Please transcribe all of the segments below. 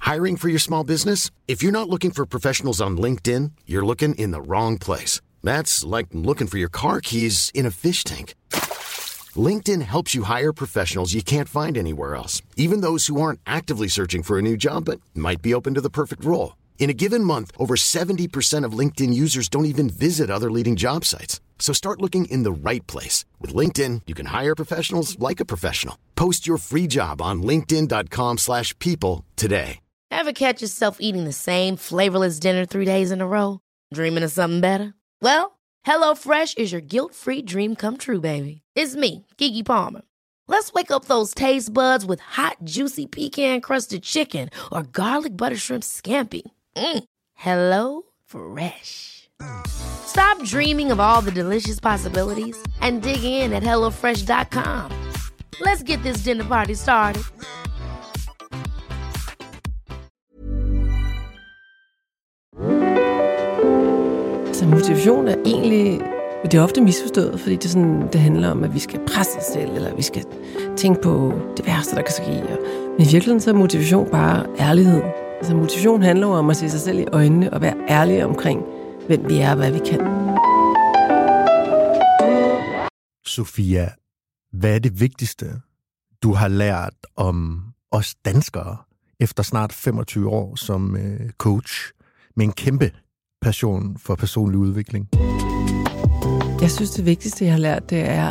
Hiring for your small business? If you're not looking for professionals on LinkedIn, you're looking in the wrong place. That's like looking for your car keys in a fish tank. LinkedIn helps you hire professionals you can't find anywhere else, even those who aren't actively searching for a new job but might be open to the perfect role. In a given month, over 70% of LinkedIn users don't even visit other leading job sites. So start looking in the right place. With LinkedIn, you can hire professionals like a professional. Post your free job on linkedin.com/people today. Ever catch yourself eating the same flavorless dinner 3 days in a row? Dreaming of something better? Well, HelloFresh is your guilt-free dream come true, baby. It's me, Keke Palmer. Let's wake up those taste buds with hot, juicy pecan-crusted chicken or garlic butter shrimp scampi. Hello Fresh. Stop dreaming of all the delicious possibilities and dig in at HelloFresh.com. Let's get this dinner party started. Så motivation er egentlig, det er ofte misforstået, fordi det handler om, at vi skal presse os selv, eller vi skal tænke på det værste, der kan ske. Men i virkeligheden så er motivation bare ærlighed. Altså motivation handler om at se sig selv i øjnene og være ærlige omkring, hvem vi er og hvad vi kan. Sofia, hvad er det vigtigste, du har lært om os danskere efter snart 25 år som coach med en kæmpe passion for personlig udvikling? Jeg synes, det vigtigste, jeg har lært, det er,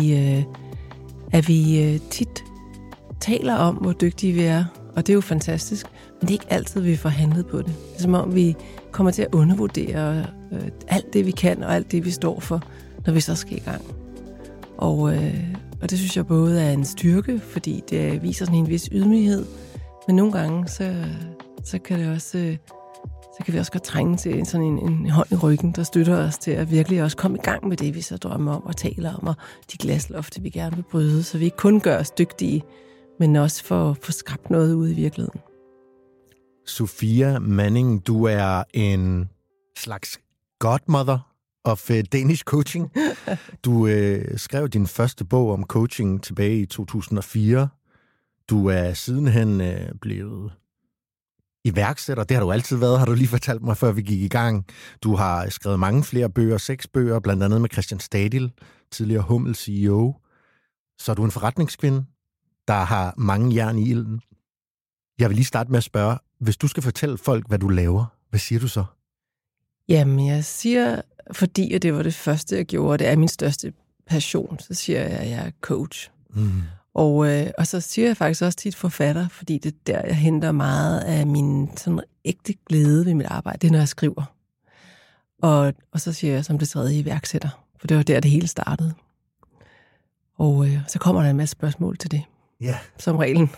at vi tit taler om, hvor dygtige vi er. Og det er jo fantastisk, men det er ikke altid, vi får handlet på det. Det er som om, vi kommer til at undervurdere alt det, vi kan, og alt det, vi står for, når vi så skal i gang. Og det synes jeg både er en styrke, fordi det viser sådan en vis ydmyghed, men nogle gange, så kan det også... Så kan vi også godt trænge til sådan en hånd i ryggen, der støtter os til at virkelig også komme i gang med det, vi så drømmer om og taler om, og de glaslofte, vi gerne vil bryde, så vi ikke kun gør os dygtige, men også få skabt noget ude i virkeligheden. Sofia Manning, du er en slags godmother of Danish coaching. Du skrev din første bog om coaching tilbage i 2004. Du er sidenhen blevet iværksætter. Det har du altid været, har du lige fortalt mig, før vi gik i gang. Du har skrevet mange flere bøger, 6 bøger, blandt andet med Christian Stadil, tidligere Hummel CEO. Så er du en forretningskvinde, der har mange jern i ilden. Jeg vil lige starte med at spørge, hvis du skal fortælle folk, hvad du laver, hvad siger du så? Jamen, jeg siger, fordi det var det første, jeg gjorde, og det er min største passion, så siger jeg, at jeg er coach. Og så siger jeg faktisk også tit forfatter, fordi det er der, jeg henter meget af min sådan ægte glæde ved mit arbejde. Det er, når jeg skriver. Og så siger jeg som det tredje iværksætter, for det var der, det hele startede. Og så kommer der en masse spørgsmål til det. Ja. Som reglen.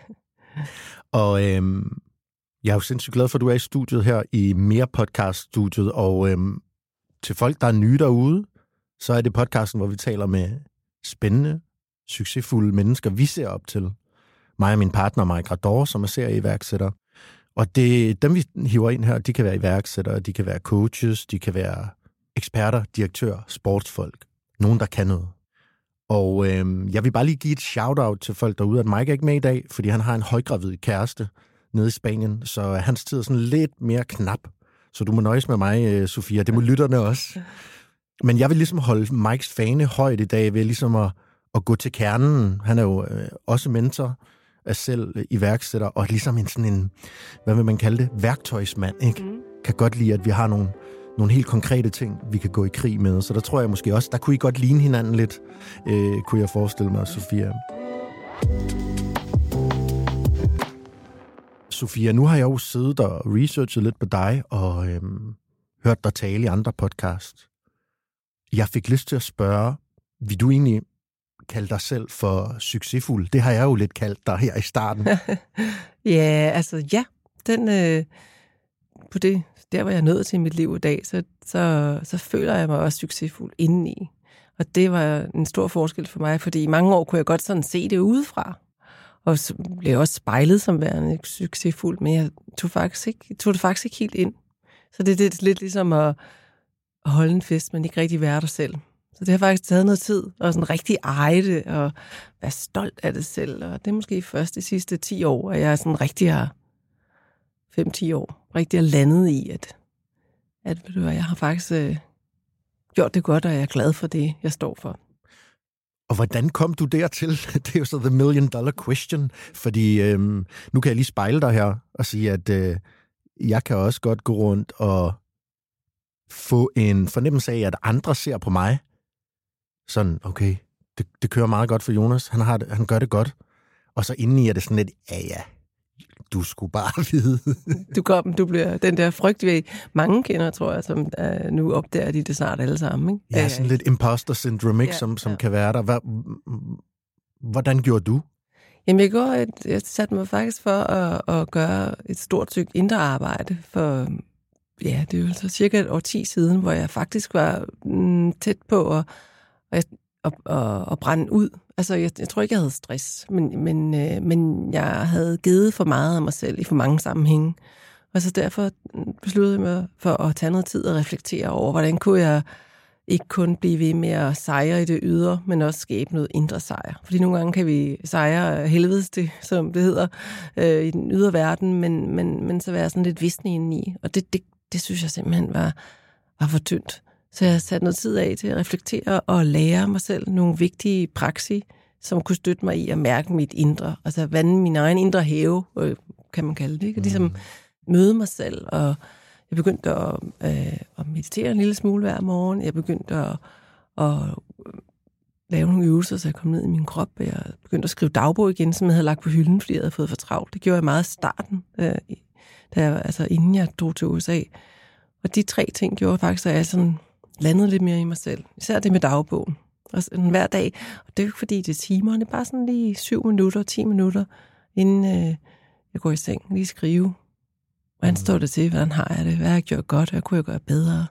Og jeg er jo sindssygt glad for, at du er i studiet her, i Mere Podcast-studiet. Og til folk, der er nye derude, så er det podcasten, hvor vi taler med spændende, succesfulde mennesker, vi ser op til. Mig og min partner, Mike Rador, som er serieiværksætter. Og dem, vi hiver ind her, de kan være iværksættere, de kan være coaches, de kan være eksperter, direktører, sportsfolk. Nogen, der kan noget. Og jeg vil bare lige give et shout-out til folk derude, at Mike er ikke med i dag, fordi han har en højgravid kæreste nede i Spanien, så hans tid er sådan lidt mere knap. Så du må nøjes med mig, Sofia. Det må lytterne også. Men jeg vil ligesom holde Mikes fane højt i dag, ved ligesom at gå til kernen. Han er jo også mentor, er selv iværksætter, og ligesom sådan en, hvad vil man kalde det, værktøjsmand, ikke? Kan godt lide, at vi har nogle helt konkrete ting, vi kan gå i krig med. Så der tror jeg måske også, der kunne I godt ligne hinanden lidt, kunne jeg forestille mig, Sofia. Sofia, nu har jeg jo siddet og researchet lidt på dig, og hørt dig tale i andre podcast. Jeg fik lyst til at spørge, vil du egentlig kalde dig selv for succesfuld? Det har jeg jo lidt kaldt dig her i starten. Ja. På det, der hvor jeg er nået til i mit liv i dag, så føler jeg mig også succesfuld indeni. Og det var en stor forskel for mig, fordi i mange år kunne jeg godt sådan se det udefra. Og så blev jeg også spejlet som værende succesfuld, men jeg tog det faktisk ikke helt ind. Så det er lidt ligesom at holde en fest, men ikke rigtig være dig selv. Så det har faktisk taget noget tid, og sådan rigtig eje det, og være stolt af det selv. Og det er måske først de sidste 10 år, at jeg sådan rigtig 5-10 år rigtig er landet i, at ved du hvad, jeg har faktisk gjort det godt, og jeg er glad for det, jeg står for. Og hvordan kom du dertil? Det er jo så the $1 million question, fordi nu kan jeg lige spejle dig her og sige, at jeg kan også godt gå rundt og få en fornemmelse af, at andre ser på mig sådan, okay, det kører meget godt for Jonas, han gør det godt, og så indeni er det sådan lidt, ja, du skulle bare vide. Du bliver den der frygt ved mange kender, tror jeg, som nu opdager de det snart alle sammen. Ikke? Ja, sådan lidt imposter syndrome, ikke, som kan være der. Hvordan gjorde du? Jamen, jeg satte mig faktisk for at gøre et stort stykke indre arbejde for, ja, det er jo så cirka et årti siden, hvor jeg faktisk var tæt på at brænde ud. Altså, jeg tror ikke, jeg havde stress, men jeg havde givet for meget af mig selv i for mange sammenhænge. Og så derfor besluttede jeg mig for at tage noget tid og reflektere over, hvordan kunne jeg ikke kun blive ved med at sejre i det ydre, men også skabe noget indre sejr. Fordi nogle gange kan vi sejre helvedes det, som det hedder, i den ydre verden, men så være sådan lidt visne indeni. Og det synes jeg simpelthen var for tyndt. Så jeg satte noget tid af til at reflektere og lære mig selv nogle vigtige praksi, som kunne støtte mig i at mærke mit indre. Altså vande min egen indre have, kan man kalde det. Ikke? Og ligesom møde mig selv. Og jeg begyndte at meditere en lille smule hver morgen. Jeg begyndte at lave nogle øvelser, så jeg kom ned i min krop. Jeg begyndte at skrive dagbog igen, som jeg havde lagt på hylden, fordi jeg havde fået for travlt. Det gjorde jeg meget i starten, inden jeg drog til USA. Og de 3 ting gjorde faktisk, at jeg sådan landede lidt mere i mig selv. Især det med dagbogen. Og hver dag. Og det er jo ikke fordi, det er timer. Det er bare sådan lige 7 minutter, 10 minutter, inden jeg går i seng. Lige skrive. Hvordan står det til? Hvordan har jeg det? Hvad har jeg gjort godt? Hvad kunne jeg gøre bedre?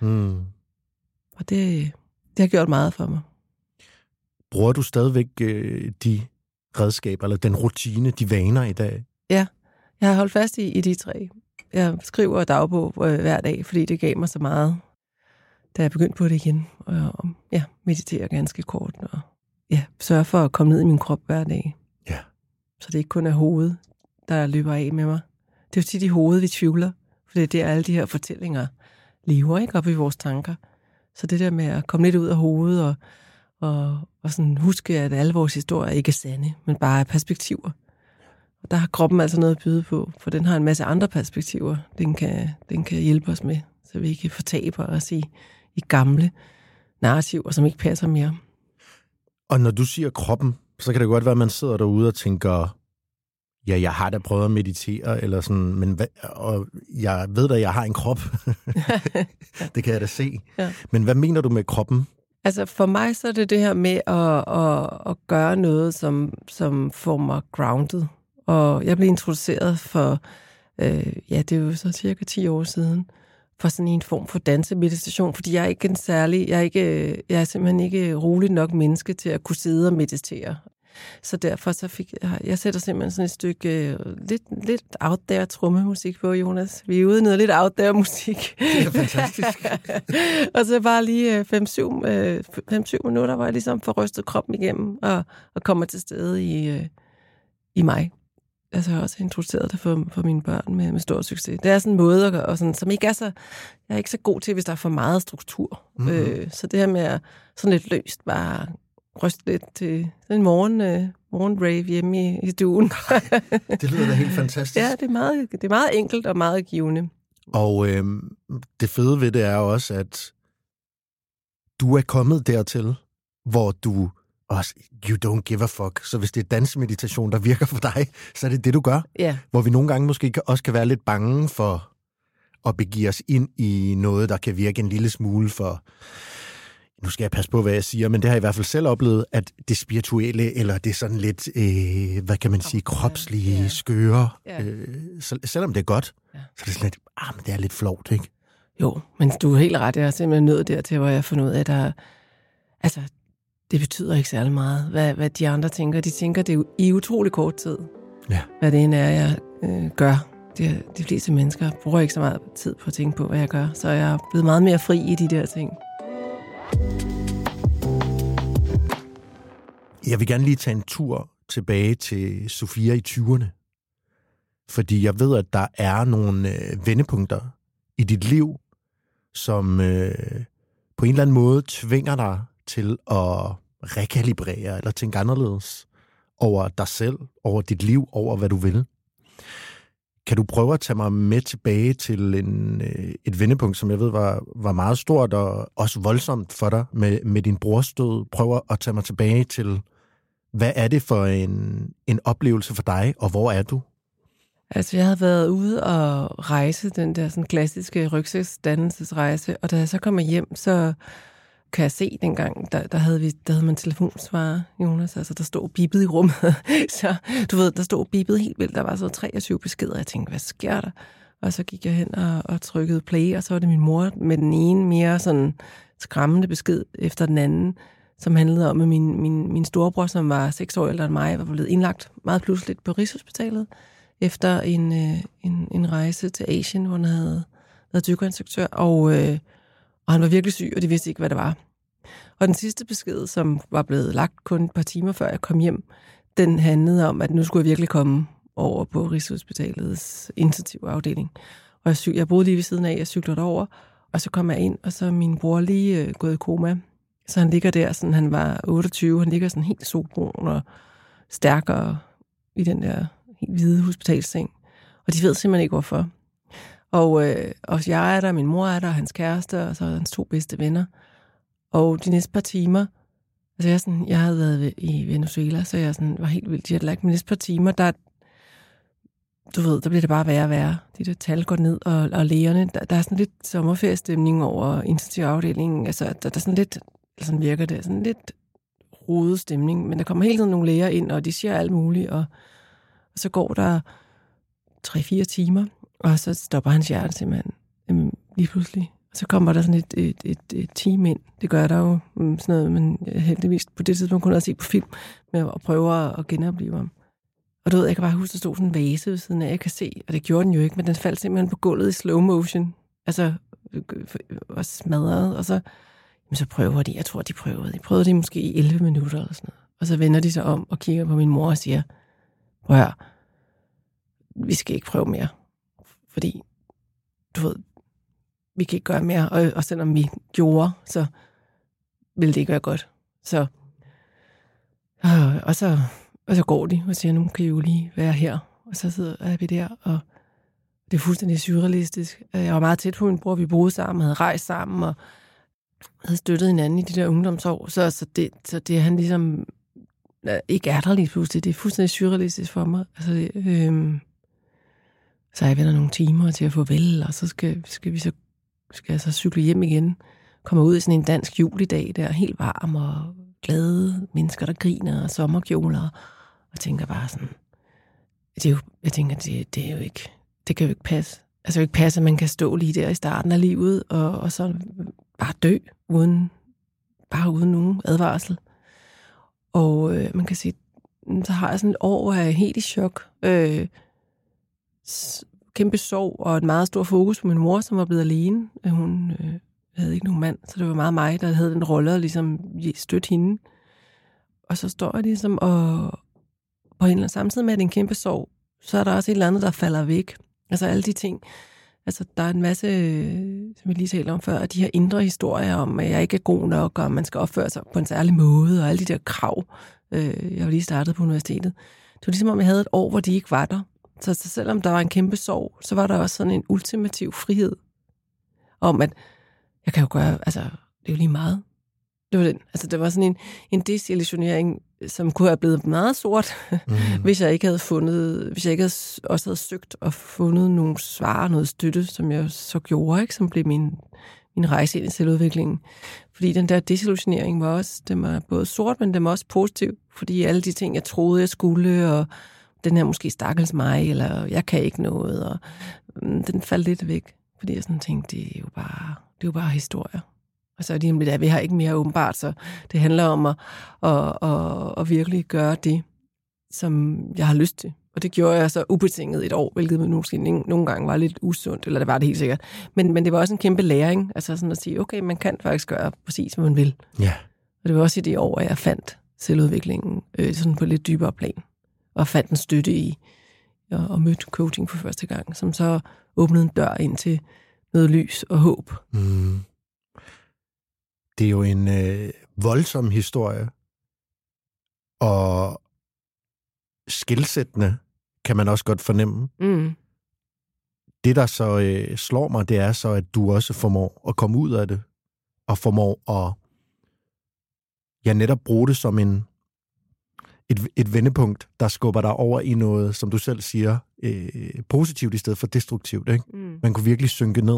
Og det har gjort meget for mig. Bruger du stadigvæk de redskaber, eller den rutine, de vaner i dag? Ja, jeg har holdt fast i de 3. Jeg skriver dagbog hver dag, fordi det gav mig så meget, da jeg begyndte på det igen. Og mediterer ganske kort. Og sørge for at komme ned i min krop hver dag. Ja. Så det ikke kun er hovedet, der løber af med mig. Det er jo tit i hovedet, vi tvivler. For det er der, alle de her fortællinger lever, ikke, op i vores tanker. Så det der med at komme lidt ud af hovedet og sådan huske, at alle vores historier ikke er sande, men bare er perspektiver. Og der har kroppen altså noget at byde på, for den har en masse andre perspektiver, den kan hjælpe os med, så vi ikke fortaber os i gamle narrativer, som ikke passer mere. Og når du siger kroppen, så kan det godt være, at man sidder derude og tænker, ja, jeg har da prøvet at meditere, eller sådan, og jeg ved da, at jeg har en krop. Det kan jeg da se. Ja. Men hvad mener du med kroppen? Altså for mig så er det her med at gøre noget, som får mig grounded. Og jeg blev introduceret for, det er jo så cirka 10 år siden, for sådan en form for dansemeditation, fordi jeg er ikke en særlig, jeg er simpelthen ikke roligt nok menneske til at kunne sidde og meditere. Så derfor så jeg sætter simpelthen sådan et stykke lidt out there trommemusik på, Jonas. Vi er ude i noget lidt out there musik. Det er fantastisk. Og så bare lige 5-7 minutter, hvor jeg ligesom får rystet kroppen igennem og kommer til stede i mig. Altså jeg har også introduceret det for mine børn med stor succes. Det er sådan en måde, og sådan, som ikke er så... Jeg er ikke så god til, hvis der er for meget struktur. Mm-hmm. Så det her med at sådan lidt løst bare ryste lidt til sådan en morgenrave hjemme i stuen. Det lyder da helt fantastisk. Ja, det er meget enkelt og meget givende. Og det fede ved det er også, at du er kommet dertil, hvor du også, you don't give a fuck. Så hvis det er dansmeditation, der virker for dig, så er det det, du gør. Yeah. Hvor vi nogle gange måske også kan være lidt bange for at begive os ind i noget, der kan virke en lille smule for... Nu skal jeg passe på, hvad jeg siger, men det har jeg i hvert fald selv oplevet, at det spirituelle, eller det er sådan lidt, hvad kan man sige, kropslige, skøre. Selvom det er godt, så er det sådan lidt, men det er lidt flovt, ikke? Jo, men du er helt ret. Jeg er simpelthen nået dertil, hvor jeg har fundet ud af, at det betyder ikke særlig meget, hvad de andre tænker. De tænker det jo i utrolig kort tid. Ja. Hvad det end er, jeg gør. De fleste mennesker bruger ikke så meget tid på at tænke på, hvad jeg gør. Så jeg er blevet meget mere fri i de der ting. Jeg vil gerne lige tage en tur tilbage til Sofia i 20'erne. Fordi jeg ved, at der er nogle vendepunkter i dit liv, som på en eller anden måde tvinger dig til at rekalibrere eller tænke anderledes over dig selv, over dit liv, over hvad du vil. Kan du prøve at tage mig med tilbage til et vendepunkt, som jeg ved var meget stort og også voldsomt for dig med din brors død? Prøv at tage mig tilbage til, hvad er det for en oplevelse for dig, og hvor er du? Altså, jeg havde været ude og rejse, den der sådan klassiske rygsæksdannelsesrejse, og da jeg så kommer hjem, så kan jeg se dengang, der havde man telefonsvarer, Jonas, altså der stod bipet i rummet. Så du ved, der stod bipet helt vildt, der var så 23 beskeder, og jeg tænkte, hvad sker der? Og så gik jeg hen og trykkede play, og så var det min mor med den ene mere sådan skræmmende besked efter den anden, som handlede om, at min storebror, som var 6 år ældre end mig, var blevet indlagt meget pludseligt på Rigshospitalet, efter en rejse til Asien, hvor han havde været dykkerinstruktør, og han var virkelig syg, og de vidste ikke, hvad det var. Og den sidste besked, som var blevet lagt kun et par timer før jeg kom hjem, den handlede om, at nu skulle jeg virkelig komme over på Rigshospitalets intensivafdeling. Og jeg boede lige ved siden af, jeg cyklede over, og så kom jeg ind, og så er min bror lige gået i koma. Så han ligger der, sådan han var 28, han ligger sådan helt solbrun og stærkere i den der helt hvide hospitalsseng. Og de ved simpelthen ikke, hvorfor. Og jeg er der, min mor er der, hans kæreste, og så hans 2 bedste venner. Og de næste par timer, altså jeg havde været i Venezuela, så jeg var helt vildt jetlag. Men de næste par timer, der bliver det bare værre og værre. De der tal går ned, og lægerne, der er sådan lidt sommerferiestemning over intensivafdelingen. Altså, der er sådan lidt, sådan virker det, sådan lidt rodet stemning. Men der kommer hele tiden nogle læger ind, og de siger alt muligt, og så går der 3-4 timer, og så stopper hans hjerte simpelthen lige pludselig. Og så kommer der sådan et team ind. Det gør der jo sådan noget, men heldigvis på det tidspunkt kunne jeg se på film med at prøve at genopleve ham. Og du ved, jeg kan bare huske, der stod sådan en vase ved siden af, jeg kan se, og det gjorde den jo ikke, men den faldt simpelthen på gulvet i slow motion. Altså, og smadret, og så prøver de, jeg tror, de prøvede det måske i 11 minutter eller sådan noget. Og så vender de sig om og kigger på min mor og siger, prøv her, vi skal ikke prøve mere. Fordi, du ved, vi kan ikke gøre mere, og selvom vi gjorde, så ville det ikke være godt. Så, og så går de og siger, nu kan I jo lige være her. Og så sidder vi der, og det er fuldstændig surrealistisk. Jeg var meget tæt på min bror, vi boede sammen, havde rejst sammen, og havde støttet hinanden i de der ungdomsår. Så det han ligesom ikke er der lige pludselig. Det er fuldstændig surrealistisk for mig. Altså, så jeg venter nogle timer til at få vel, og så skal jeg så cykle hjem igen. Kommer ud i sådan en dansk julidag der, helt varm og glade mennesker, der griner og sommerkjoler. Og tænker bare sådan, det er jo ikke, det kan jo ikke passe. Altså det kan jo ikke passe, at man kan stå lige der i starten af livet, og så bare dø, uden nogen advarsel. Og man kan sige, så har jeg sådan et år, hvor jeg er helt i chok. Kæmpe sorg og et meget stort fokus på min mor, som var blevet alene. Hun havde ikke nogen mand, så det var meget mig, der havde den rolle og ligesom støtte hende. Og så står jeg ligesom og samtidig med, at det er en kæmpe sorg, så er der også et eller andet, der falder væk. Altså alle de ting. Altså der er en masse, som jeg lige talte om før, de her indre historier om, at jeg ikke er god nok, og man skal opføre sig på en særlig måde, og alle de der krav. Jeg var lige startet på universitetet. Det var ligesom, om jeg havde et år, hvor de ikke var der. Så selvom der var en kæmpe sorg, så var der også sådan en ultimativ frihed om, at jeg kan jo gøre, altså det er jo lige meget. Det var den. Altså det var sådan en desillusionering, som kunne have blevet meget sort, hvis jeg ikke også havde søgt og fundet nogle svar, noget støtte, som jeg så gjorde, ikke? Som blev min rejse ind i selvudviklingen. Fordi den der desillusionering den var både sort, men den var også positiv, fordi alle de ting, jeg troede, jeg skulle, og den her måske stakkels mig, eller jeg kan ikke noget, og den faldt lidt væk, fordi jeg sådan tænkte, det er jo bare historier. Og så er det nemlig, at vi har ikke mere åbenbart, så det handler om at virkelig gøre det, som jeg har lyst til. Og det gjorde jeg så ubetinget et år, hvilket måske nogle gange var lidt usundt, eller det var det helt sikkert. Men det var også en kæmpe læring, altså sådan at sige, okay, man kan faktisk gøre præcis, hvad man vil. Ja. Og det var også i det år, at jeg fandt selvudviklingen sådan på et lidt dybere plan, og fandt en støtte i og mødte coaching for første gang, som så åbnede en dør ind til noget lys og håb. Mm. Det er jo en voldsom historie, og skelsættende kan man også godt fornemme. Mm. Det, der så slår mig, det er så, at du også formår at komme ud af det, og formår at netop bruge det som et vendepunkt, der skubber dig over i noget, som du selv siger, positivt i stedet for destruktivt. Ikke? Mm. Man kunne virkelig synke ned.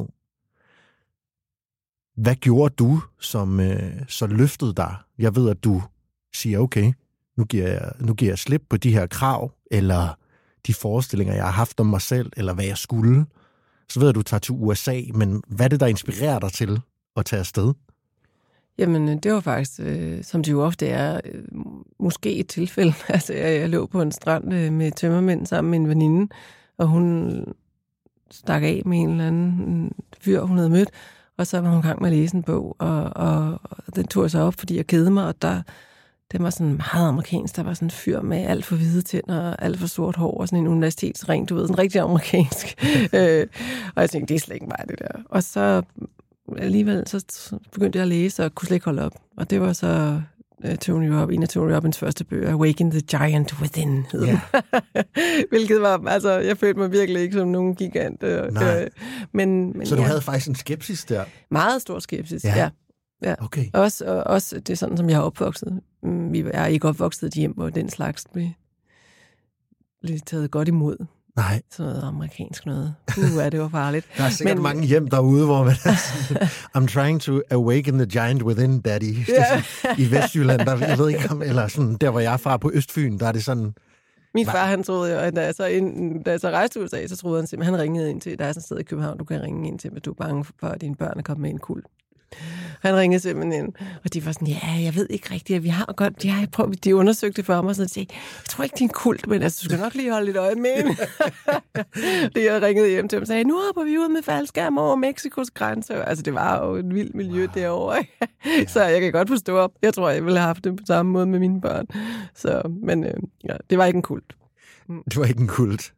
Hvad gjorde du, som så løftede dig? Jeg ved, at du siger, okay, nu giver jeg slip på de her krav, eller de forestillinger, jeg har haft om mig selv, eller hvad jeg skulle. Så ved jeg, at du tager til USA, men hvad er det, der inspirerer dig til at tage afsted? Jamen, det var faktisk, som det jo ofte er, måske et tilfælde. Altså, jeg lå på en strand med tømmermænd sammen med en veninde, og hun stak af med en eller anden fyr, hun havde mødt, og så var hun i gang med at læse en bog, og den tog jeg så op, fordi jeg kedede mig, og den var sådan meget amerikansk. Der var sådan en fyr med alt for hvide tænder og alt for sort hår og sådan en universitetsring, du ved, sådan rigtig amerikansk. Og jeg tænkte, det er slet ikke mig, det der. Og så alligevel, så begyndte jeg at læse og kunne slet ikke holde op. Og det var så en af Tony Robbins første bøger, Awaken the Giant Within, hed den. Hvilket var, altså, jeg følte mig virkelig ikke som nogen gigant. Men så du havde faktisk en skepsis der? Meget stor skepsis, ja. Ja. Okay. Også det er sådan, som jeg er opvokset. Vi er ikke opvokset i et hjem, hvor den slags blev taget godt imod. Nej. Sådan noget amerikansk noget. Det var farligt. Der er sikkert mange hjem derude, hvor man er sådan, I'm trying to awaken the giant within, daddy. Yeah. I Vestjylland, jeg ved ikke om, eller sådan, der hvor jeg er fra på Østfyn, der er det sådan... Min far, han troede jo, at da jeg så rejste til USA, så troede han simpelthen, han ringede ind til, der er sådan et sted i København, du kan ringe ind til, hvis du er bange for, at dine børn er kommet med en kult. Han ringede simpelthen ind, og de var sådan, ja, jeg ved ikke rigtigt, at vi har godt, de undersøgte det for mig, og så sagde, jeg tror ikke, det er en kult, men altså, du skal nok lige holde lidt øje med hende. Det jeg ringede hjem til ham og sagde, nu hopper vi ud med faldskærm over Mexikos grænse. Altså, det var jo et vildt miljø derovre. Så jeg kan godt forstå, jeg tror, jeg ville have haft det på samme måde med mine børn. Så, men det var ikke en kult. Det var ikke en kult.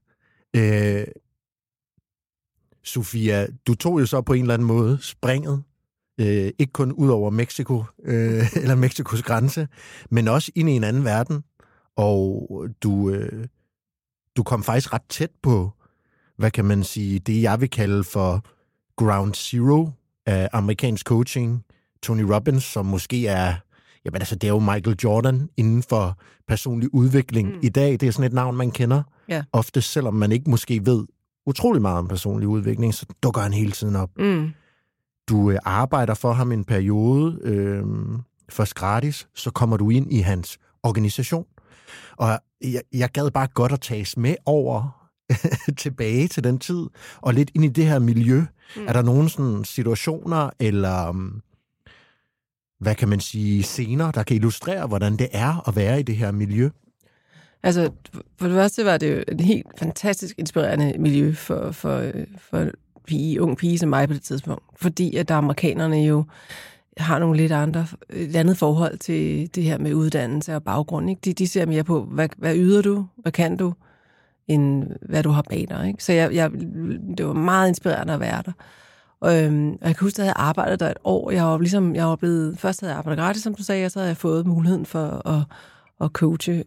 Sofia, du tog jo så på en eller anden måde springet, ikke kun ud over Mexico, eller Mexikos grænse, men også ind i en anden verden. Og du kom faktisk ret tæt på, hvad kan man sige, det jeg vil kalde for ground zero af amerikansk coaching. Tony Robbins, som måske er, jamen altså det er jo Michael Jordan inden for personlig udvikling i dag. Det er sådan et navn, man kender. Ja. Ofte, selvom man ikke måske ved utrolig meget om personlig udvikling, så dukker han hele tiden op. Du arbejder for ham en periode, først gratis, så kommer du ind i hans organisation. Og jeg gad bare godt at tages med over tilbage til den tid, og lidt ind i det her miljø. Er der nogle sådan situationer, eller hvad kan man sige, scener, der kan illustrere, hvordan det er at være i det her miljø? Altså, for det første var det jo et helt fantastisk inspirerende miljø for ung pige som mig på det tidspunkt. Fordi at amerikanerne jo har nogle lidt andet forhold til det her med uddannelse og baggrund. Ikke? De ser mere på, hvad yder du, hvad kan du, end hvad du har bag dig. Ikke? Så det var meget inspirerende at være der. Og jeg kan huske, at jeg havde arbejdet der et år. Først havde jeg arbejdet gratis, som du sagde, og så havde jeg fået muligheden for at coache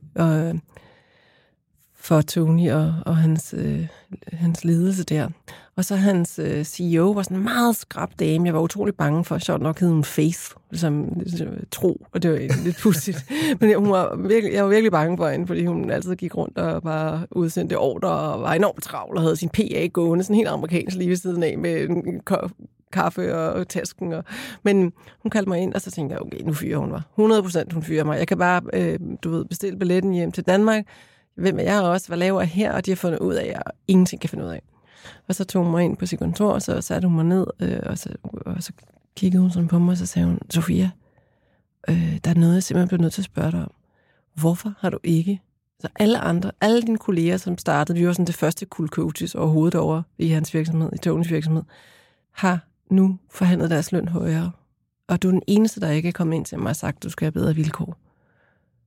for Tony og hans ledelse der. Og så hans CEO var sådan en meget skrap dame. Jeg var utrolig bange for, sjovt nok hed hun Faith, som tro, og det var lidt pudsigt. Men jeg var virkelig bange for hende, fordi hun altid gik rundt og bare udsendte ordre og var enormt travl og havde sin PA gående, sådan helt amerikansk lige ved siden af med en kaffe og tasken. Men hun kaldte mig ind, og så tænkte jeg, okay, nu fyrer hun mig. 100% hun fyrer mig. Jeg kan bare, bestille billetten hjem til Danmark. Hvem er jeg også? Hvad laver jeg her? Og de har fundet ud af, at jeg ingenting kan finde ud af. Og så tog hun mig ind på sit kontor, og så satte hun mig ned, og så kiggede hun sådan på mig, og så sagde hun, Sofia, der er noget, jeg simpelthen bliver nødt til at spørge dig om. Hvorfor har du ikke? Så alle dine kolleger, som startede, vi var sådan det første cool coaches overhovedet over i hans virksomhed, i Tonys virksomhed, har nu forhandlet deres løn højere. Og du er den eneste, der ikke er kommet ind til mig og sagt, at du skal have bedre vilkår.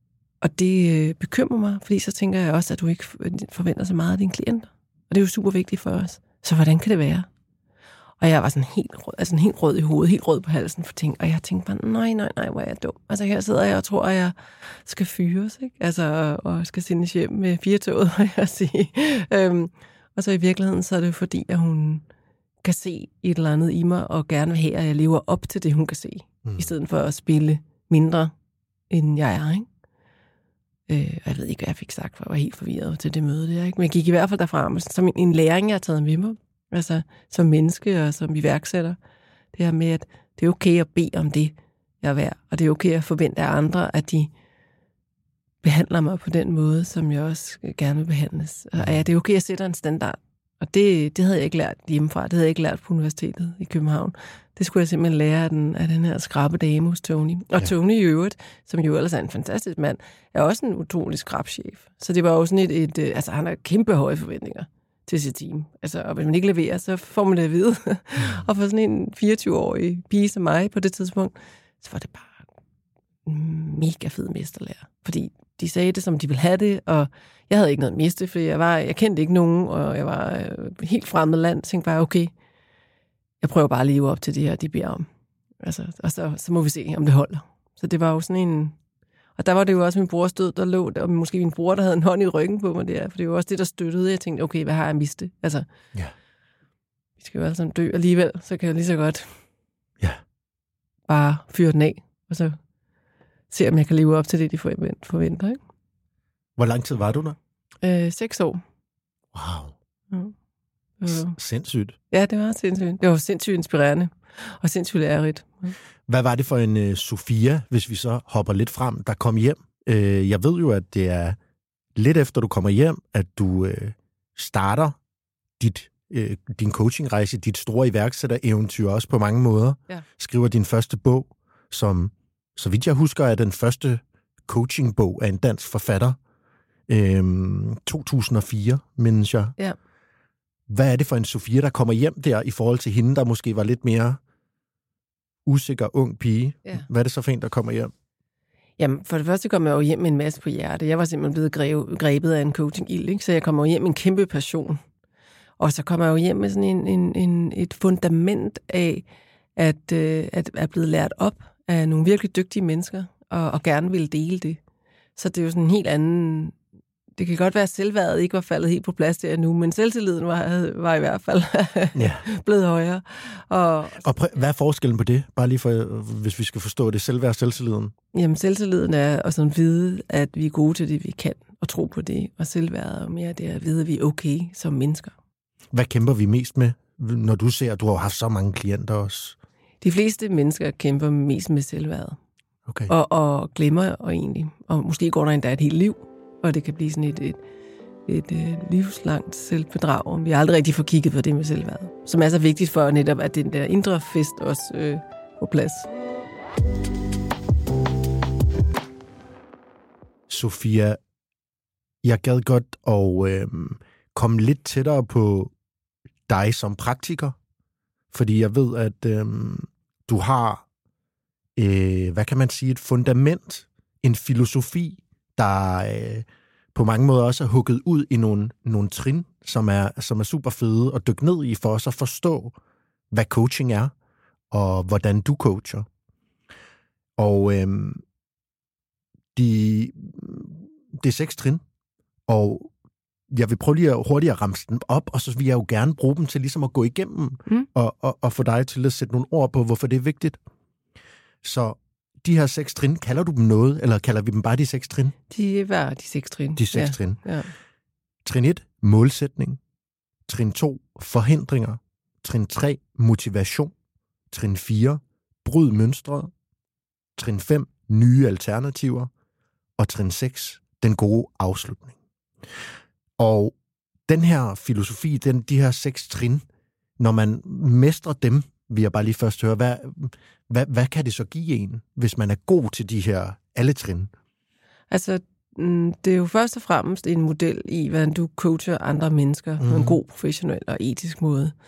Og det bekymrer mig, fordi så tænker jeg også, at du ikke forventer så meget af dine klienter. Og det er jo super vigtigt for os. Så hvordan kan det være? Og jeg var sådan helt rød i hovedet, helt rød på halsen for ting. Og jeg tænkte bare, nej, hvor er jeg dum. Altså her sidder jeg og tror, at jeg skal fyres, ikke? Altså, og skal sendes hjem med 4-toget, vil jeg sige. Og så i virkeligheden, så er det fordi, at hun kan se et eller andet i mig, og gerne vil have, at jeg lever op til det, hun kan se. I stedet for at spille mindre, end jeg er, ikke? Jeg ved ikke, hvad jeg fik sagt, for jeg var helt forvirret til det møde der, ikke? Men jeg gik i hvert fald derfra som en læring, jeg har taget med mig. Altså som menneske og som iværksætter. Det her med, at det er okay at bede om det, jeg er værd. Og det er okay at forvente af andre, at de behandler mig på den måde, som jeg også gerne vil behandles. Og ja, det er okay at sætte en standard. Og det havde jeg ikke lært hjemmefra. Det havde jeg ikke lært på universitetet i København. Det skulle jeg simpelthen lære af den her skrappe dame hos Tony. Og Tony i øvrigt, som jo ellers er en fantastisk mand, er også en utrolig skrap chef. Så det var jo sådan altså han har kæmpe høje forventninger til sit team. Altså, og hvis man ikke leverer, så får man det at vide. Og for sådan en 24-årig pige som mig på det tidspunkt, så var det bare en mega fed mesterlærer. Fordi de sagde det, som de ville have det, og jeg havde ikke noget at miste, for jeg kendte ikke nogen, og jeg var helt fremmed land, tænkte bare, okay, jeg prøver bare at leve op til det her, de beder om. Altså, og så må vi se, om det holder. Så det var jo sådan en... Og der var det jo også min brors død, der lå der, og måske min bror, der havde en hånd i ryggen på mig der, for det var også det, der støttede. Jeg tænkte, okay, hvad har jeg mistet? Altså, vi skal jo alle sammen dø alligevel, så kan jeg lige så godt bare fyre den af, og så se, om jeg kan leve op til det, de forventer, ikke? Hvor lang tid var du der? 6 år. Wow. Sindssygt. Ja, det var sindssygt. Det var sindssygt inspirerende, og sindssygt lærerigt. Hvad var det for en Sofia, hvis vi så hopper lidt frem, der kom hjem? Jeg ved jo, at det er lidt efter, du kommer hjem, at du starter din coachingrejse, dit store iværksættereventyr også på mange måder. Ja. Skriver din første bog, som, så vidt jeg husker, er den første coachingbog af en dansk forfatter. 2004, mindes jeg. Ja. Hvad er det for en Sofia, der kommer hjem der, i forhold til hende, der måske var lidt mere usikker, ung pige? Ja. Hvad er det så for en, der kommer hjem? Jamen, for det første kom jeg jo hjem med en masse på hjerte. Jeg var simpelthen blevet grebet af en coaching-ild, ikke? Så jeg kommer jo hjem med en kæmpe passion. Og så kommer jeg jo hjem med sådan et fundament af, at er blevet lært op af nogle virkelig dygtige mennesker, og gerne ville dele det. Så det er jo sådan en helt anden... Det kan godt være, at selvværdet ikke var faldet helt på plads der nu, men selvtilliden var i hvert fald blevet højere. Og hvad er forskellen på det? Bare lige for, hvis vi skal forstå det. Selvværd og selvtilliden? Jamen, selvtilliden er at sådan vide, at vi er gode til det, vi kan, og tro på det. Og selvværdet er mere det at vide, at vi er okay som mennesker. Hvad kæmper vi mest med, når du ser, at du har haft så mange klienter også? De fleste mennesker kæmper mest med selvværdet. Okay. Og glemmer og egentlig. Og måske går der endda et helt liv. Og det kan blive sådan et livslangt selvbedrag, om vi aldrig rigtig får kigget på det med selvværd. Som er så vigtigt for netop, at den der indre fest også på plads. Sofia, jeg gad godt at komme lidt tættere på dig som praktiker, fordi jeg ved, at du har, hvad kan man sige, et fundament, en filosofi, der på mange måder også er hugget ud i nogle trin, som er super fede at dykke ned i, for os at forstå, hvad coaching er, og hvordan du coacher. Og det er 6 trin, og jeg vil prøve lige hurtigt at ramse dem op, og så vil jeg jo gerne bruge dem til ligesom at gå igennem, og få dig til at sætte nogle ord på, hvorfor det er vigtigt. Så de her 6 trin, kalder du dem noget, eller kalder vi dem bare de 6 trin? De var de 6 trin. De 6 trin. Ja. Trin 1, målsætning. Trin 2, forhindringer. Trin 3, motivation. Trin 4, bryd mønstret. Trin 5, nye alternativer. Og trin 6, den gode afslutning. Og den her filosofi, de her 6 trin, når man mestrer dem, vil jeg bare lige først høre, hvad kan det så give en, hvis man er god til de her alle trin? Altså, det er jo først og fremmest en model i, hvordan du coacher andre mennesker på en god, professionel og etisk måde.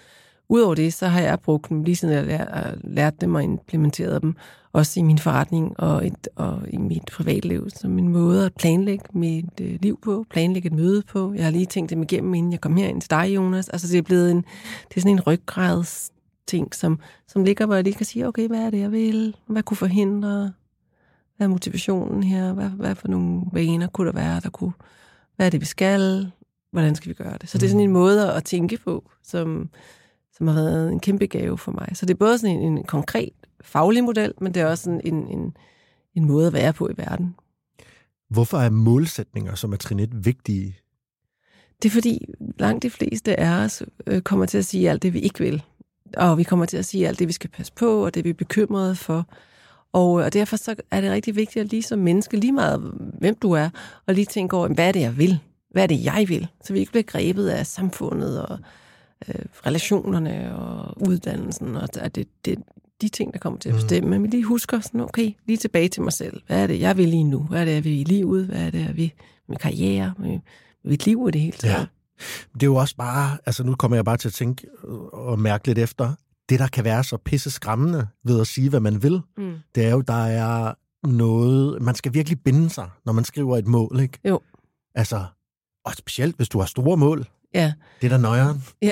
Udover det, så har jeg brugt dem, lige siden jeg lærte dem og implementeret dem, også i min forretning og i mit privatliv, som en måde at planlægge mit liv på, planlægge et møde på. Jeg har lige tænkt dem igennem, inden jeg kom herind til dig, Jonas. Altså, det er sådan en ryggradsting, som ligger, hvor jeg lige kan sige, okay, hvad er det, jeg vil? Hvad kunne forhindre? Hvad er motivationen her? Hvad for nogle vaner kunne der være? Hvad er det, vi skal? Hvordan skal vi gøre det? Så det er sådan en måde at tænke på, som har været en kæmpe gave for mig. Så det er både sådan en konkret faglig model, men det er også sådan en måde at være på i verden. Hvorfor er målsætninger som er trin 1 vigtige? Det er fordi langt de fleste af os kommer til at sige alt det, vi ikke vil. Og vi kommer til at sige alt det, vi skal passe på, og det, vi er bekymrede for. Og derfor så er det rigtig vigtigt at lige som menneske, lige meget hvem du er, og lige tænke over, hvad er det, jeg vil? Hvad er det, jeg vil? Så vi ikke bliver grebet af samfundet og relationerne og uddannelsen, og at det er de ting, der kommer til at bestemme. Men vi lige husker sådan, okay, lige tilbage til mig selv. Hvad er det, jeg vil lige nu? Hvad er det, jeg vil i livet? Hvad er det, jeg vil med karriere? Med mit liv i det hele taget? Ja. Det er jo også bare, altså nu kommer jeg bare til at tænke og mærke lidt efter, det der kan være så pisse skræmmende ved at sige, hvad man vil, det er jo, der er noget, man skal virkelig binde sig, når man skriver et mål, ikke? Jo. Altså, og specielt hvis du har store mål. Ja. Det er da nøjeren. Ja,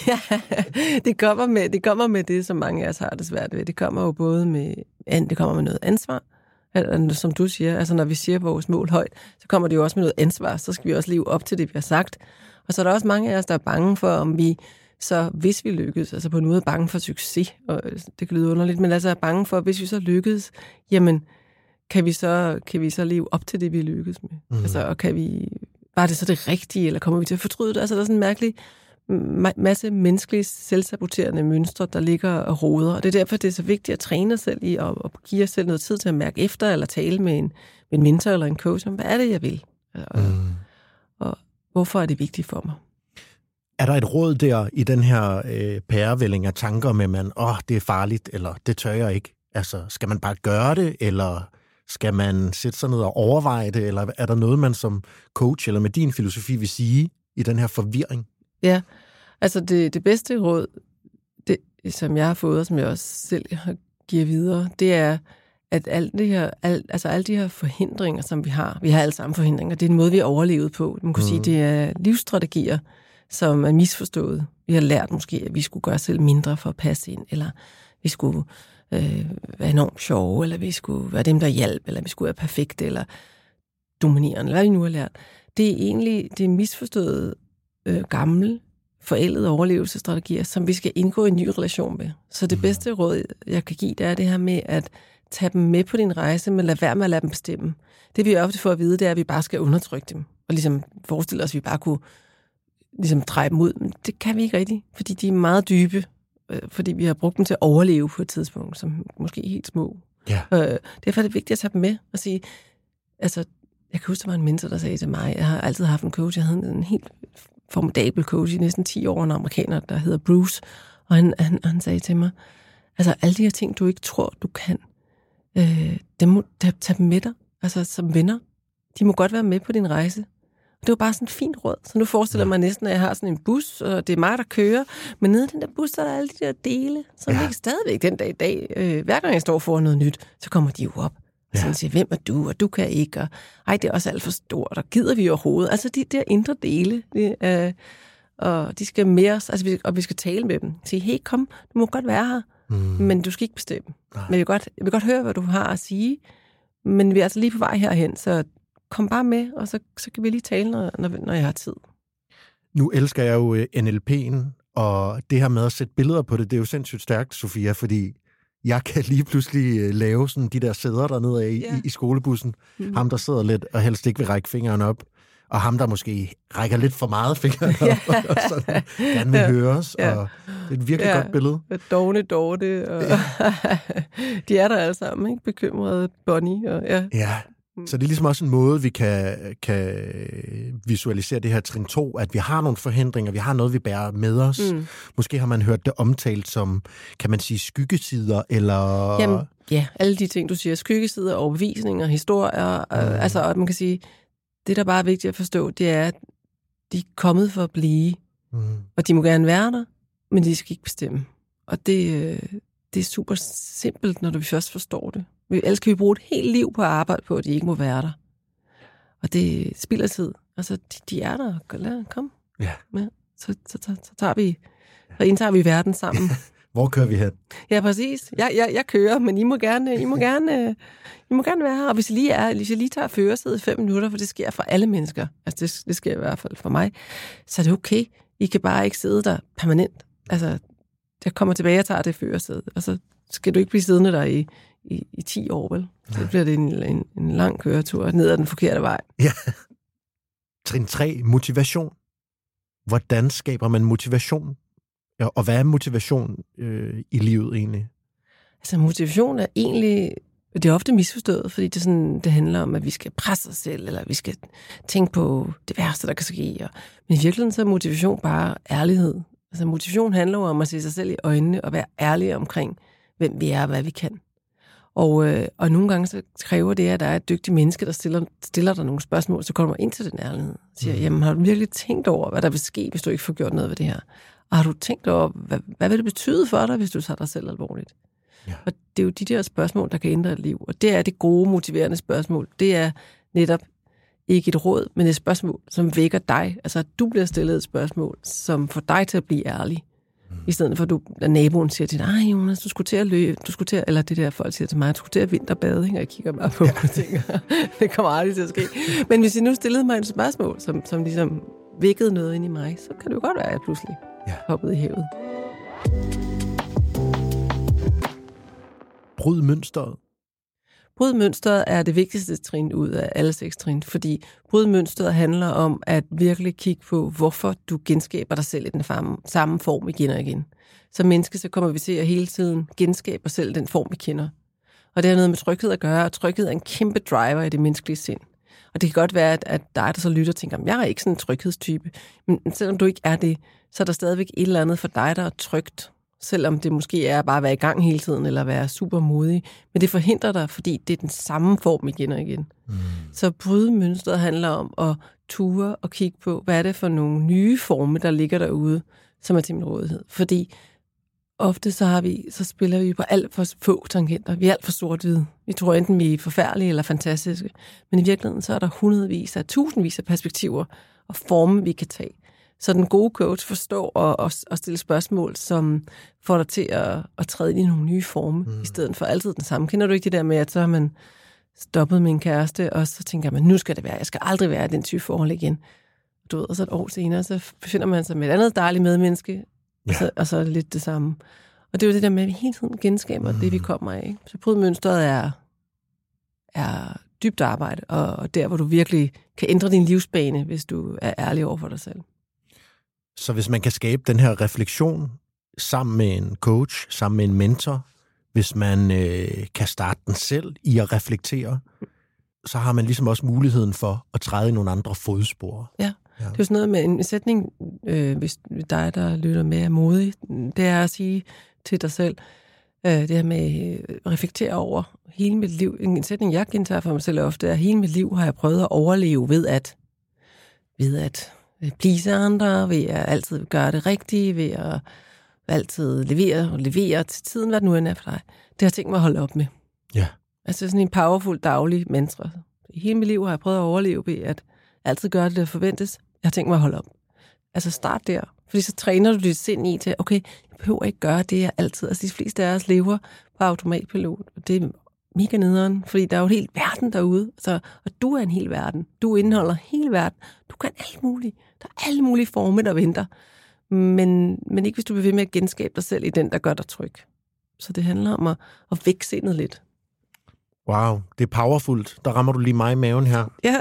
det kommer med det, som mange af os har det svært ved. Det kommer jo både med noget ansvar, som du siger. Altså når vi siger vores mål højt, så kommer det jo også med noget ansvar. Så skal vi også leve op til det, vi har sagt. Og så er der også mange af os, der er bange for, om vi så, hvis vi lykkes, altså på en måde bange for succes, og det kan lyde underligt, men altså er bange for, hvis vi så lykkes, jamen, kan vi så leve op til det, vi lykkes med? Altså, og var det så det rigtige, eller kommer vi til at fortryde det? Altså, der er sådan en mærkelig masse menneskelige, selvsaboterende mønstre, der ligger og roder. Og det er derfor, det er så vigtigt at træne os selv i, og give os selv noget tid til at mærke efter, eller tale med en mentor eller en coach om, hvad er det, jeg vil? Og hvorfor er det vigtigt for mig? Er der et råd der i den her pærevælling af tanker med, man, det er farligt, eller det tør jeg ikke? Altså, skal man bare gøre det, eller skal man sætte sig ned og overveje det, eller er der noget, man som coach eller med din filosofi vil sige i den her forvirring? Ja, altså det bedste råd, som jeg har fået, og som jeg også selv giver videre, det er, at alle de her forhindringer, som vi har alle sammen forhindringer, det er en måde, vi har overlevet på. Man kunne sige, det er livsstrategier, som er misforstået. Vi har lært måske, at vi skulle gøre selv mindre for at passe ind, eller vi skulle være enormt sjove, eller vi skulle være dem, der hjalp, eller vi skulle være perfekte, eller dominerende, eller hvad vi nu har lært. Det er egentlig misforstået gamle, forældede overlevelsesstrategier, som vi skal indgå i en ny relation med. Så det bedste råd, jeg kan give, det er det her med at tage dem med på din rejse, men lad være med at lade dem bestemme. Det vi ofte får at vide, det er, at vi bare skal undertrykke dem, og ligesom forestille os, at vi bare kunne ligesom dreje dem ud. Men det kan vi ikke rigtigt, fordi de er meget dybe, fordi vi har brugt dem til at overleve på et tidspunkt, som måske er helt små. Ja. Derfor er det vigtigt at tage dem med og sige, altså, jeg kan huske, der var en mentor, der sagde til mig, jeg har altid haft en coach, jeg havde en helt formidabel coach i næsten 10 år, en amerikaner, der hedder Bruce, og han sagde til mig, altså alle de her ting, du ikke tror, du kan, dem må tage dem med dig, altså som venner. De må godt være med på din rejse. Det var bare sådan et fint råd. Så nu forestiller jeg mig næsten, at jeg har sådan en bus, og det er mig, der kører. Men nede i den der bus, der er der alle de der dele, som ligger stadigvæk den dag i dag. Hver gang jeg står foran noget nyt, så kommer de jo op. Og så siger, hvem er du, og du kan ikke, og ej, det er også alt for stort, og gider vi overhovedet. Altså de der indre dele, og de skal med os, altså, og vi skal tale med dem. Sige, hey, kom, du må godt være her, men du skal ikke bestemme. Men jeg vil godt høre, hvad du har at sige, men vi er altså lige på vej herhen, så kom bare med, og så kan vi lige tale, når jeg har tid. Nu elsker jeg jo NLP'en, og det her med at sætte billeder på det er jo sindssygt stærkt, Sofia, fordi jeg kan lige pludselig lave sådan de der sæder dernede af i skolebussen. Ham, der sidder lidt og helst ikke vil række fingeren op, og ham, der måske rækker lidt for meget fingeren op, og sådan gerne vil høres. Og det er et virkelig godt billede. Dovne, og de er der alle sammen, ikke? Bekymrede Bonnie. Og, ja. Så det er ligesom også en måde, vi kan visualisere det her trin 2, at vi har nogle forhindringer, vi har noget, vi bærer med os. Måske har man hørt det omtalt som, kan man sige, skyggesider, eller... Jamen, ja, alle de ting, du siger, skyggesider, overbevisninger, historier, altså, man kan sige, det, der bare er vigtigt at forstå, det er, at de er kommet for at blive, og de må gerne være der, men de skal ikke bestemme. Og det er super simpelt, når du først forstår det. Ellers kan vi bruge et helt liv på at arbejde på, at de ikke må være der. Og det spilder tid. Altså, de er der. Kom. Ja. Så tager vi... Så indtager vi verden sammen. Hvor kører vi hen? Ja, præcis. Jeg kører, men I må gerne være her. Og hvis jeg lige tager førersædet i 5 minutter, for det sker for alle mennesker, altså det sker i hvert fald for mig, så er det okay. I kan bare ikke sidde der permanent. Altså, jeg kommer tilbage og tager det førersæde, og så skal du ikke blive siddende der i 10 år, vel? Så bliver det en lang køretur ned ad den forkerte vej. Ja. Trin 3. Motivation. Hvordan skaber man motivation? Ja, og hvad er motivation i livet egentlig? Altså motivation er egentlig, det er ofte misforstået, fordi det handler om, at vi skal presse os selv, eller vi skal tænke på det værste, der kan ske. Men i virkeligheden så er motivation bare ærlighed. Altså motivation handler jo om at se sig selv i øjnene og være ærlig omkring, hvem vi er og hvad vi kan. Og nogle gange så kræver det, at der er et dygtigt menneske, der stiller dig nogle spørgsmål, så kommer ind til den ærlighed. Og siger, jamen har du virkelig tænkt over, hvad der vil ske, hvis du ikke får gjort noget ved det her? Og har du tænkt over, hvad vil det betyde for dig, hvis du tager dig selv alvorligt? Ja. Og det er jo de der spørgsmål, der kan ændre et liv. Og det er det gode, motiverende spørgsmål. Det er netop ikke et råd, men et spørgsmål, som vækker dig. Altså, at du bliver stillet et spørgsmål, som får dig til at blive ærlig. I stedet for, at naboen siger til dig, nej Jonas, du skulle til at løbe, eller det der folk siger til mig, du skulle til at vinterbade, og jeg kigger bare på og tænker, det kommer aldrig til at ske. Men hvis I nu stillede mig et spørgsmål, som ligesom vækkede noget ind i mig, så kan det jo godt være, at jeg pludselig hoppede i havet. Bryd mønstret. Bryd mønstret er det vigtigste trin ud af alle 6 trin, fordi bryd mønstret handler om at virkelig kigge på, hvorfor du genskaber dig selv i den samme form igen og igen. Som menneske, så kommer vi til at hele tiden genskabe os selv den form, vi kender. Og det har noget med tryghed at gøre, og tryghed er en kæmpe driver i det menneskelige sind. Og det kan godt være, at dig, der så lytter, tænker, jeg er ikke sådan en tryghedstype. Men selvom du ikke er det, så er der stadigvæk et eller andet for dig, der er trygt. Selvom det måske er bare at være i gang hele tiden, eller være super modig. Men det forhindrer dig, fordi det er den samme form igen og igen. Så brydemønstret handler om at ture og kigge på, hvad er det for nogle nye former, der ligger derude, som er til min rådighed. Fordi ofte så spiller vi på alt for få tangenter. Vi er alt for sort-hvide. Vi tror enten, vi er forfærdelige eller fantastiske. Men i virkeligheden så er der hundredvis af, tusindvis af perspektiver og former, vi kan tage. Så den gode coach forstår og stille spørgsmål, som får dig til at træde ind i nogle nye former, i stedet for altid den samme. Kender du ikke det der med, at så har man stoppet med en kæreste, og så tænker man, nu skal det være, jeg skal aldrig være i den type forhold igen. Du ved, og så et år senere, så befinder man sig med et andet dejligt medmenneske, og så er det lidt det samme. Og det er jo det der med, at vi hele tiden genskaber det, vi kommer af. Ikke? Så brydmønstret er dybt arbejde, og der, hvor du virkelig kan ændre din livsbane, hvis du er ærlig over for dig selv. Så hvis man kan skabe den her refleksion sammen med en coach, sammen med en mentor, hvis man kan starte den selv i at reflektere, så har man ligesom også muligheden for at træde i nogle andre fodspor. Ja, det er jo sådan noget med en sætning, hvis dig, der lytter med, er modig, det er at sige til dig selv, det her med at reflektere over hele mit liv. En sætning, jeg gentager for mig selv ofte, er, at hele mit liv har jeg prøvet at overleve ved at please andre, ved at altid gøre det rigtige, ved at altid levere til tiden, hvad det nu end er for dig. Det har jeg tænkt mig at holde op med. Ja. Altså sådan en powerful daglig mantra. I hele mit liv har jeg prøvet at overleve ved at altid gøre det, der forventes. Jeg har tænkt mig at holde op. Altså start der. Fordi så træner du dit sind i til, okay, jeg behøver ikke gøre det, jeg altid. Altså de fleste af os lever på automatpilot. Og det er mega nederen, fordi der er jo en hel verden derude. Altså, og du er en hel verden. Du indeholder hele verden. Du kan alt muligt. Der er alle mulige former, der venter. Men ikke hvis du bliver ved med at genskabe dig selv i den, der gør dig tryg. Så det handler om at vække sindet lidt. Wow, det er powerfult. Der rammer du lige mig i maven her. Ja.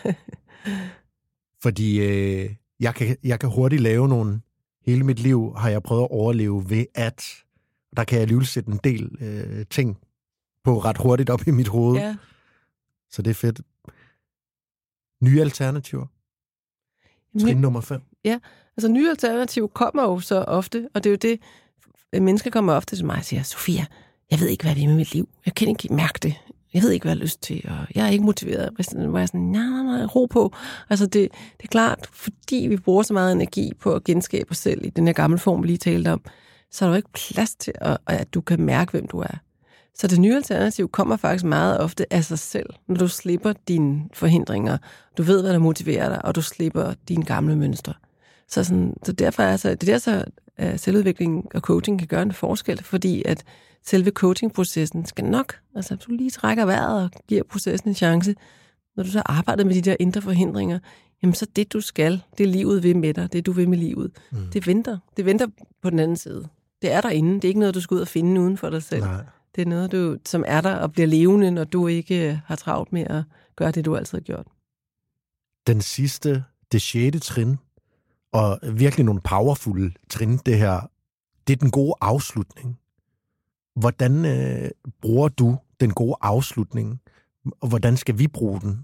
Fordi jeg kan hurtigt lave nogle... Hele mit liv har jeg prøvet at overleve ved at... Der kan jeg alligevel sætte en del ting på ret hurtigt op i mit hoved. Ja. Så det er fedt. Nye alternativer. Trin nummer 5. Ja, altså nye alternativer kommer jo så ofte, og det er jo det, mennesker kommer ofte til mig og siger, Sofia, jeg ved ikke, hvad det er med mit liv. Jeg kan ikke mærke det. jeg ved ikke, hvad jeg har lyst til, og jeg er ikke motiveret. Hvor jeg sådan, nej, ro på. Altså det er klart, fordi vi bruger så meget energi på at genskabe os selv i den her gamle form, vi lige talte om, så er der jo ikke plads til, at du kan mærke, hvem du er. Så det nye alternativ kommer faktisk meget ofte af sig selv, når du slipper dine forhindringer. Du ved, hvad der motiverer dig, og du slipper dine gamle mønstre. Så derfor er så selvudvikling og coaching kan gøre en forskel, fordi at selve coachingprocessen skal nok, altså du lige trækker vejret og giver processen en chance. Når du så arbejder med de der indre forhindringer, jamen så det du skal, det livet vil med dig, det du vil med livet, det venter. Det venter på den anden side. Det er derinde, det er ikke noget, du skal ud og finde uden for dig selv. Nej. Det er noget, som er der og bliver levende, når du ikke har travlt med at gøre det, du altid har gjort. Den sidste, det 6. trin, og virkelig nogle powerful trin, det her, det er den gode afslutning. Hvordan bruger du den gode afslutning, og hvordan skal vi bruge den?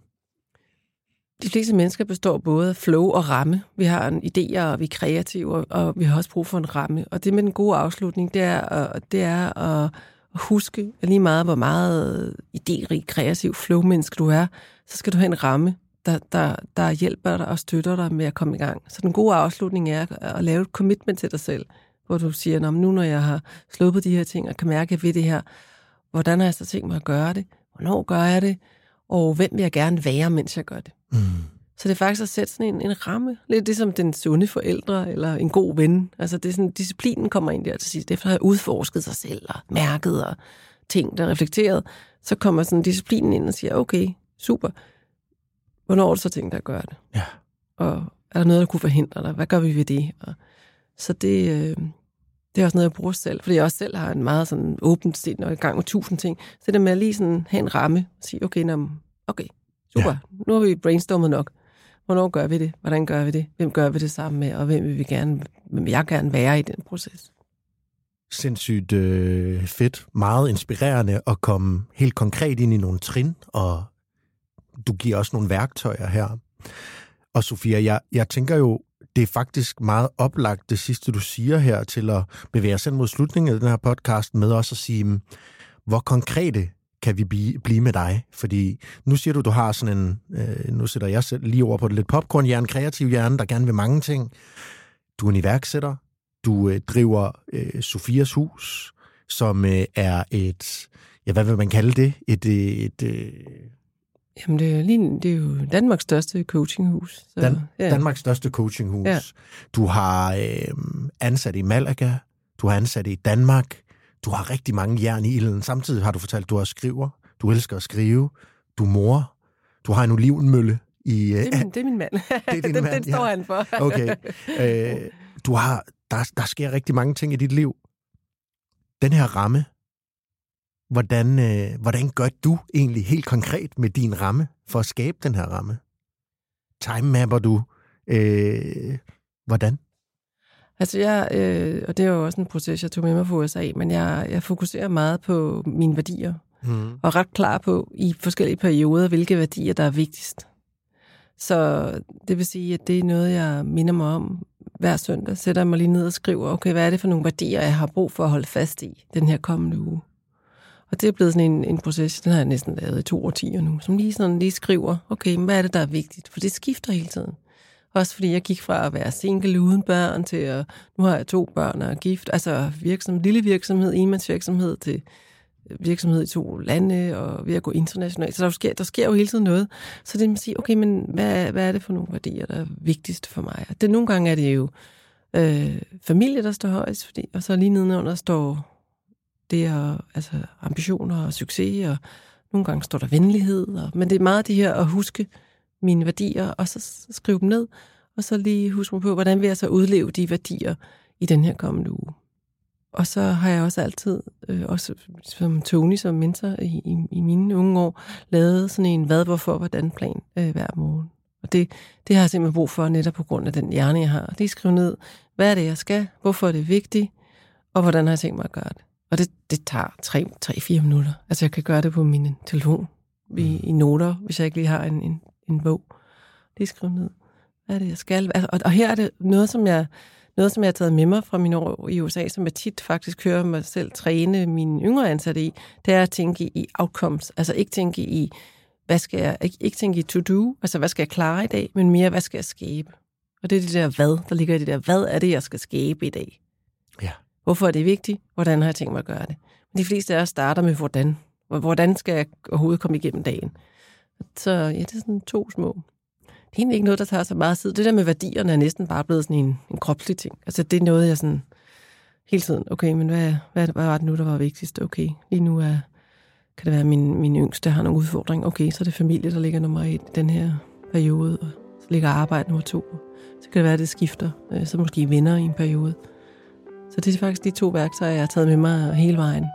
De fleste mennesker består både af flow og ramme. Vi har en idéer, og vi er kreative, og vi har også brug for en ramme. Og det med den gode afslutning, det er at huske lige meget, hvor meget idérig, kreativ flow-menneske du er, så skal du have en ramme, der hjælper dig og støtter dig med at komme i gang. Så den gode afslutning er at lave et commitment til dig selv, hvor du siger, nu når jeg har slået på de her ting, og kan mærke, at jeg ved det her, hvordan har jeg så tænkt mig at gøre det? Hvornår gør jeg det? Og hvem vil jeg gerne være, mens jeg gør det? Så det er faktisk at sætte sådan en ramme. Lidt ligesom den sunde forældre, eller en god ven. Altså det er sådan, disciplinen kommer ind der til sidst. Efter at have udforsket sig selv, og mærket, og tænkt og reflekteret, så kommer sådan disciplinen ind og siger, okay, super. Hvornår har du så tænkt dig at gøre det? Ja. Og er der noget, der kunne forhindre dig? Hvad gør vi ved det? Og så det er også noget, jeg bruger selv. Fordi jeg også selv har en meget sådan åbent sind og i gang med 1000 ting. Så det der med at lige sådan have en ramme og sige, okay, super, ja. Nu har vi brainstormet nok. Hvornår gør vi det? Hvordan gør vi det? Hvem gør vi det sammen med? Og hvem vil jeg gerne være i den proces? Sindssygt fedt. Meget inspirerende at komme helt konkret ind i nogle trin, og du giver også nogle værktøjer her. Og Sofia, jeg tænker jo, det er faktisk meget oplagt, det sidste du siger her, til at bevæge os ind mod slutningen af den her podcast, med også at sige, hvor konkrete kan vi blive med dig? Fordi nu siger du har sådan en, nu sætter jeg selv lige over på det lidt popcorn-hjerne, kreativ hjerne, der gerne vil mange ting. Du er en iværksætter. Du driver Sofias Hus, som er et, hvad vil man kalde det? Jamen, det er jo Danmarks største coachinghus. Så, Danmarks største coachinghus. Ja. Du har ansat i Malaga, du har ansat i Danmark, du har rigtig mange jern i ilden. Samtidig har du fortalt, at du er skriver, du elsker at skrive, du er mor, du har en olivenmølle i... Det er min mand. Det er din mand, den står han for. Okay. Der sker rigtig mange ting i dit liv. Den her ramme, hvordan gør du egentlig helt konkret med din ramme for at skabe den her ramme? Time-mapper du? Hvordan? Altså og det er jo også en proces, jeg tog med mig fra USA, men jeg fokuserer meget på mine værdier, og er ret klar på i forskellige perioder, hvilke værdier, der er vigtigst. Så det vil sige, at det er noget, jeg minder mig om hver søndag. Sætter mig lige ned og skriver, okay, hvad er det for nogle værdier, jeg har brug for at holde fast i den her kommende uge? Og det er blevet sådan en proces, den har jeg næsten lavet i 2 årtier nu, som lige skriver, okay, hvad er det, der er vigtigt? For det skifter hele tiden. Også fordi jeg gik fra at være single uden børn til at, nu har jeg 2 børn og er gift. Altså lille virksomhed, enmandsvirksomhed til virksomhed i 2 lande og ved at gå internationalt. Så der sker jo hele tiden noget. Så det er at sige, okay, men hvad er det for nogle værdier, der er vigtigst for mig? Nogle gange er det jo familie, der står højst, og så lige nedenunder står det altså ambitioner og succes, og nogle gange står der venlighed. Men det er meget det her at huske mine værdier, og så skrive dem ned, og så lige huske mig på, hvordan vil jeg så udleve de værdier i den her kommende uge. Og så har jeg også altid, også som Tony, som mentor i mine unge år, lavet sådan en hvad, hvorfor, hvordan plan hver morgen. Og det har jeg simpelthen brug for, netop på grund af den hjerne, jeg har. Det er skrevet ned, hvad er det, jeg skal, hvorfor er det vigtigt, og hvordan har jeg tænkt mig at gøre det. Og det tager 3-4 minutter. Altså jeg kan gøre det på min telefon, i noter, hvis jeg ikke lige har en bog. Det er skrevet ned. Hvad er det, jeg skal? Altså, og her er det noget, som jeg noget, som jeg har taget med mig fra mine år i USA, som jeg tit faktisk hører mig selv træne mine yngre ansatte i, det er at tænke i outcomes. Altså ikke tænke i, ikke tænke i to-do, altså hvad skal jeg klare i dag, men mere, hvad skal jeg skabe? Og det er det der hvad, der ligger i det der, hvad er det, jeg skal skabe i dag? Ja. Hvorfor er det vigtigt? Hvordan har jeg tænkt mig at gøre det? Men de fleste af os starter med hvordan. Hvordan skal jeg overhovedet komme igennem dagen? Så ja, det er sådan 2 små. Det er egentlig ikke noget, der tager så meget tid. Det der med værdierne er næsten bare blevet sådan en kropslig ting. Altså det er noget, jeg sådan hele tiden, okay, men hvad var det nu, der var vigtigst? Okay, lige nu kan det være, at min yngste har nogle udfordringer. Okay, så er det familie, der ligger nummer 1 i den her periode, og så ligger arbejde nummer 2. Så kan det være, at det skifter, så måske venner i en periode. Så det er faktisk de 2 værktøjer, jeg har taget med mig hele vejen.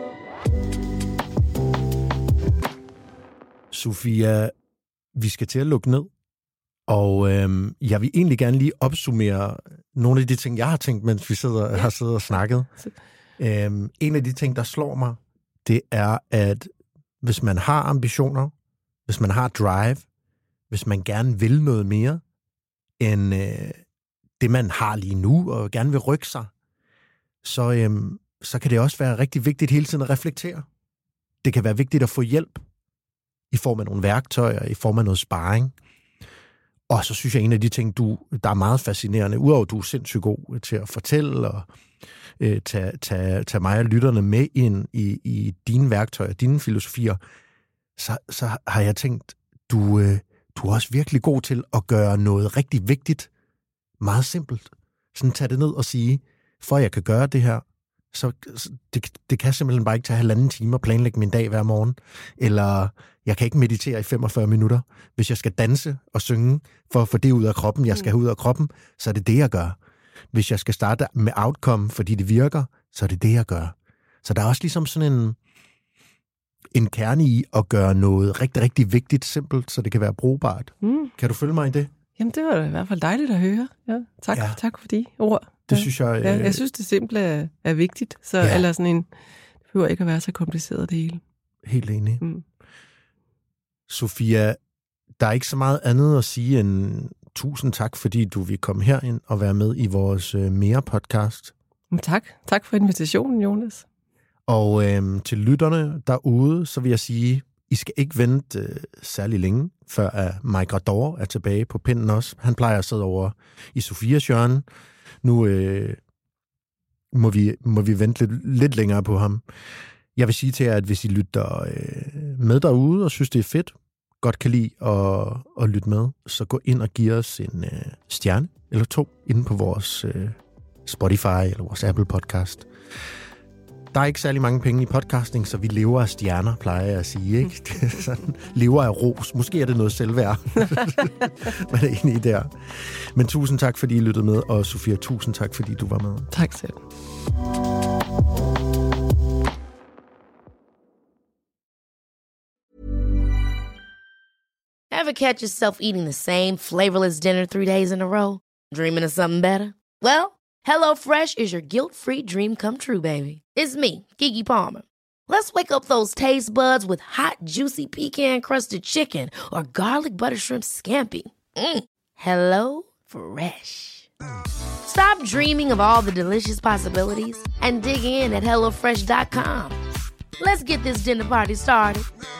Sofia, vi skal til at lukke ned, og jeg vil egentlig gerne lige opsummere nogle af de ting, jeg har tænkt, mens vi har siddet og snakket. En af de ting, der slår mig, det er, at hvis man har ambitioner, hvis man har drive, hvis man gerne vil noget mere end det, man har lige nu, og gerne vil rykke sig, så kan det også være rigtig vigtigt hele tiden at reflektere. Det kan være vigtigt at få hjælp i form af nogle værktøjer, i form af noget sparring. Og så synes jeg, en af de ting, der er meget fascinerende, udover at du er sindssygt god til at fortælle og tage mig og lytterne med ind i dine værktøjer, dine filosofier, så har jeg tænkt, du er også virkelig god til at gøre noget rigtig vigtigt meget simpelt. Sådan tage det ned og sige, for at jeg kan gøre det her, så det kan simpelthen bare ikke tage 1,5 time at planlægge min dag hver morgen, eller jeg kan ikke meditere i 45 minutter. Hvis jeg skal danse og synge for at få det ud af kroppen, jeg skal have ud af kroppen, så er det det, jeg gør. Hvis jeg skal starte med outcome, fordi det virker, så er det det, jeg gør. Så der er også ligesom sådan en kerne i at gøre noget rigtig, rigtig vigtigt, simpelt, så det kan være brugbart. Kan du følge mig i det? Jamen, det var i hvert fald dejligt at høre. Ja, tak for de ord. Det synes jeg... Ja, jeg synes, det simple er vigtigt. Så eller sådan det behøver ikke at være så kompliceret det hele. Helt enig. Sofia, der er ikke så meget andet at sige end tusind tak, fordi du vil komme herind og være med i vores Mere podcast. Tak for invitationen, Jonas. Og til lytterne derude, så vil jeg sige, I skal ikke vente særlig længe, før at Mike Rador er tilbage på pinden også. Han plejer at sidde over i Sofias hjørne. Nu må vi vente lidt længere på ham. Jeg vil sige til jer, at hvis I lytter med derude og synes, det er fedt, godt kan lide at lytte med, så gå ind og giv os en stjerne eller 2 inde på vores Spotify eller vores Apple Podcast. Der er ikke særlig mange penge i podcasting, så vi lever af stjerner, plejer jeg at sige. Ikke? Sådan, lever af ros. Måske er det noget selvværd. Man er enig der. Men tusind tak, fordi I lyttede med, og Sofia, tusind tak, fordi du var med. Tak selv. Ever catch yourself eating the same flavorless dinner 3 days in a row? Dreaming of something better? Well, HelloFresh is your guilt-free dream come true, baby. It's me, Keke Palmer. Let's wake up those taste buds with hot, juicy pecan-crusted chicken or garlic butter shrimp scampi. Hello Fresh. Stop dreaming of all the delicious possibilities and dig in at HelloFresh.com. Let's get this dinner party started.